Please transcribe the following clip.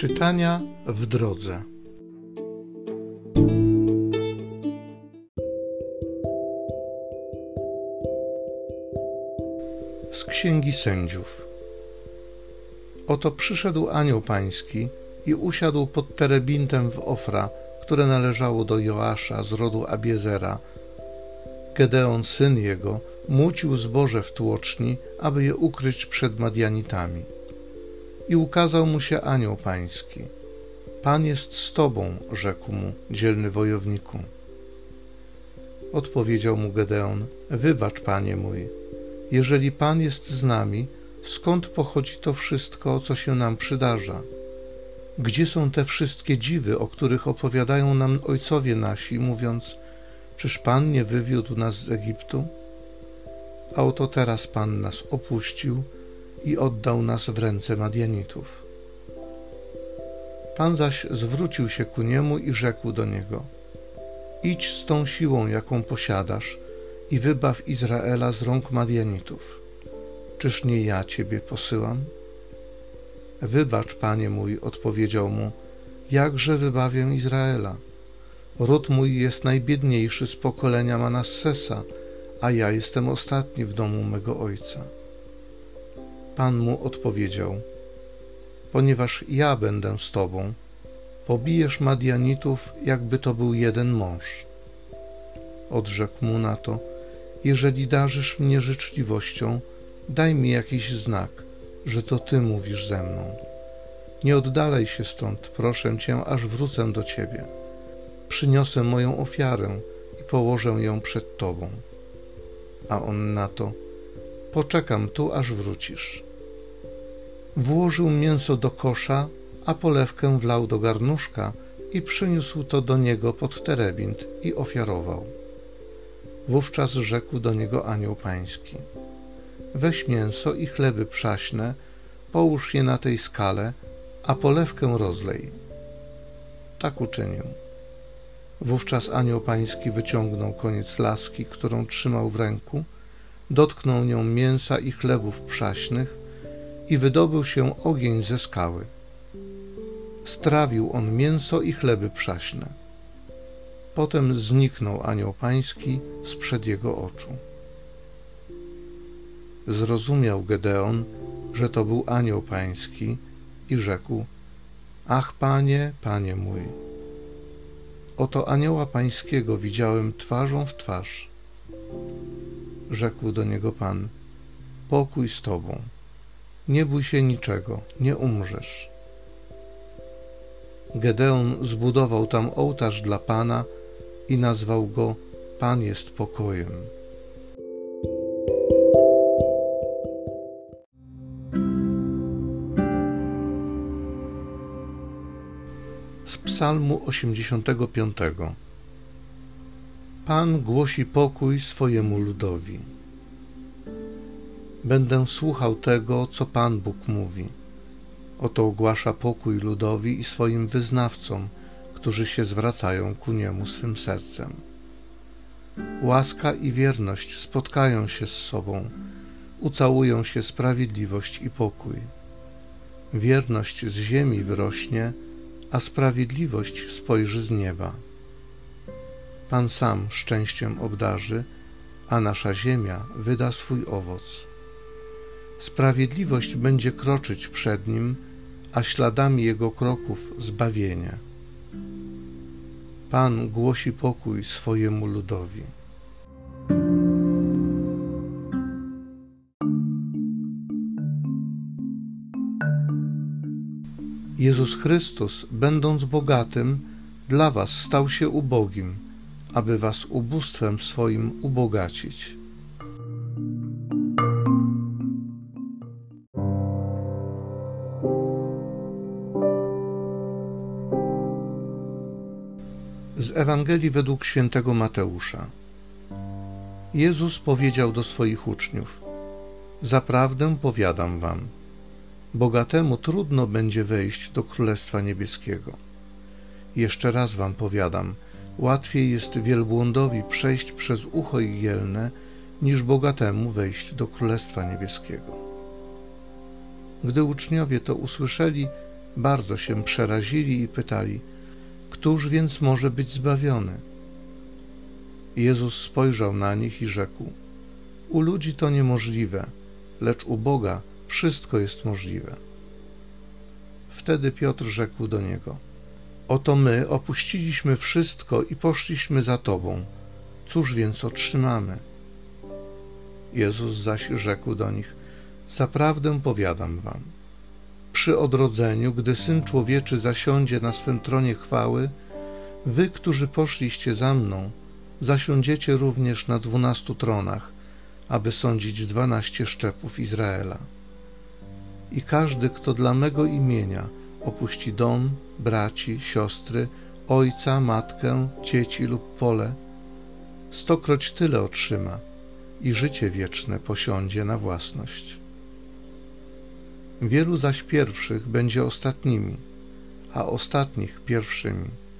Czytania w drodze. Z Księgi Sędziów. Oto przyszedł anioł pański i usiadł pod terebintem w Ofra, które należało do Joasza z rodu Abiezera. Gedeon, syn jego, młócił zboże w tłoczni, aby je ukryć przed Madianitami. I ukazał mu się anioł pański. Pan jest z tobą, rzekł mu, dzielny wojowniku. Odpowiedział mu Gedeon: wybacz, panie mój, jeżeli Pan jest z nami, skąd pochodzi to wszystko, co się nam przydarza? Gdzie są te wszystkie dziwy, o których opowiadają nam ojcowie nasi, mówiąc: czyż Pan nie wywiódł nas z Egiptu? A oto teraz Pan nas opuścił i oddał nas w ręce Madianitów. Pan zaś zwrócił się ku niemu i rzekł do niego: idź z tą siłą, jaką posiadasz, i wybaw Izraela z rąk Madianitów. Czyż nie ja ciebie posyłam? Wybacz, panie mój, odpowiedział mu, jakże wybawię Izraela? Ród mój jest najbiedniejszy z pokolenia Manassesa, a ja jestem ostatni w domu mego ojca. Pan mu odpowiedział: ponieważ ja będę z tobą, pobijesz Madianitów, jakby to był jeden mąż. Odrzekł mu na to: jeżeli darzysz mnie życzliwością, daj mi jakiś znak, że to ty mówisz ze mną. Nie oddalaj się stąd, proszę cię, aż wrócę do ciebie. Przyniosę moją ofiarę i położę ją przed tobą. A on na to: poczekam tu, aż wrócisz. Włożył mięso do kosza, a polewkę wlał do garnuszka i przyniósł to do niego pod terebint i ofiarował. Wówczas rzekł do niego anioł pański: weź mięso i chleby przaśne, połóż je na tej skale, a polewkę rozlej. Tak uczynił. Wówczas anioł pański wyciągnął koniec laski, którą trzymał w ręku, dotknął nią mięsa i chlebów przaśnych i wydobył się ogień ze skały. Strawił on mięso i chleby przaśne. Potem zniknął anioł pański sprzed jego oczu. Zrozumiał Gedeon, że to był anioł pański i rzekł: ach, panie, panie mój! Oto anioła pańskiego widziałem twarzą w twarz. Rzekł do niego Pan: pokój z tobą, nie bój się niczego, nie umrzesz. Gedeon zbudował tam ołtarz dla Pana i nazwał go: Pan jest pokojem. Z Psalmu 85. Pan głosi pokój swojemu ludowi. Będę słuchał tego, co Pan Bóg mówi. Oto ogłasza pokój ludowi i swoim wyznawcom, którzy się zwracają ku niemu swym sercem. Łaska i wierność spotkają się z sobą, ucałują się sprawiedliwość i pokój. Wierność z ziemi wyrośnie, a sprawiedliwość spojrzy z nieba. Pan sam szczęściem obdarzy, a nasza ziemia wyda swój owoc. Sprawiedliwość będzie kroczyć przed nim, a śladami jego kroków zbawienie. Pan głosi pokój swojemu ludowi. Jezus Chrystus, będąc bogatym, dla was stał się ubogim, aby was ubóstwem swoim ubogacić. Z Ewangelii według świętego Mateusza. Jezus powiedział do swoich uczniów: zaprawdę powiadam wam, bogatemu trudno będzie wejść do Królestwa Niebieskiego. Jeszcze raz wam powiadam, łatwiej jest wielbłądowi przejść przez ucho igielne, niż bogatemu wejść do Królestwa Niebieskiego. Gdy uczniowie to usłyszeli, bardzo się przerazili i pytali: któż więc może być zbawiony? Jezus spojrzał na nich i rzekł: u ludzi to niemożliwe, lecz u Boga wszystko jest możliwe. Wtedy Piotr rzekł do Niego: oto my opuściliśmy wszystko i poszliśmy za Tobą. Cóż więc otrzymamy? Jezus zaś rzekł do nich: zaprawdę powiadam wam, przy odrodzeniu, gdy Syn Człowieczy zasiądzie na swym tronie chwały, wy, którzy poszliście za mną, zasiądziecie również na 12 tronach, aby sądzić 12 szczepów Izraela. I każdy, kto dla mego imienia opuści dom, braci, siostry, ojca, matkę, dzieci lub pole, 100-kroć tyle otrzyma i życie wieczne posiądzie na własność. Wielu zaś pierwszych będzie ostatnimi, a ostatnich pierwszymi.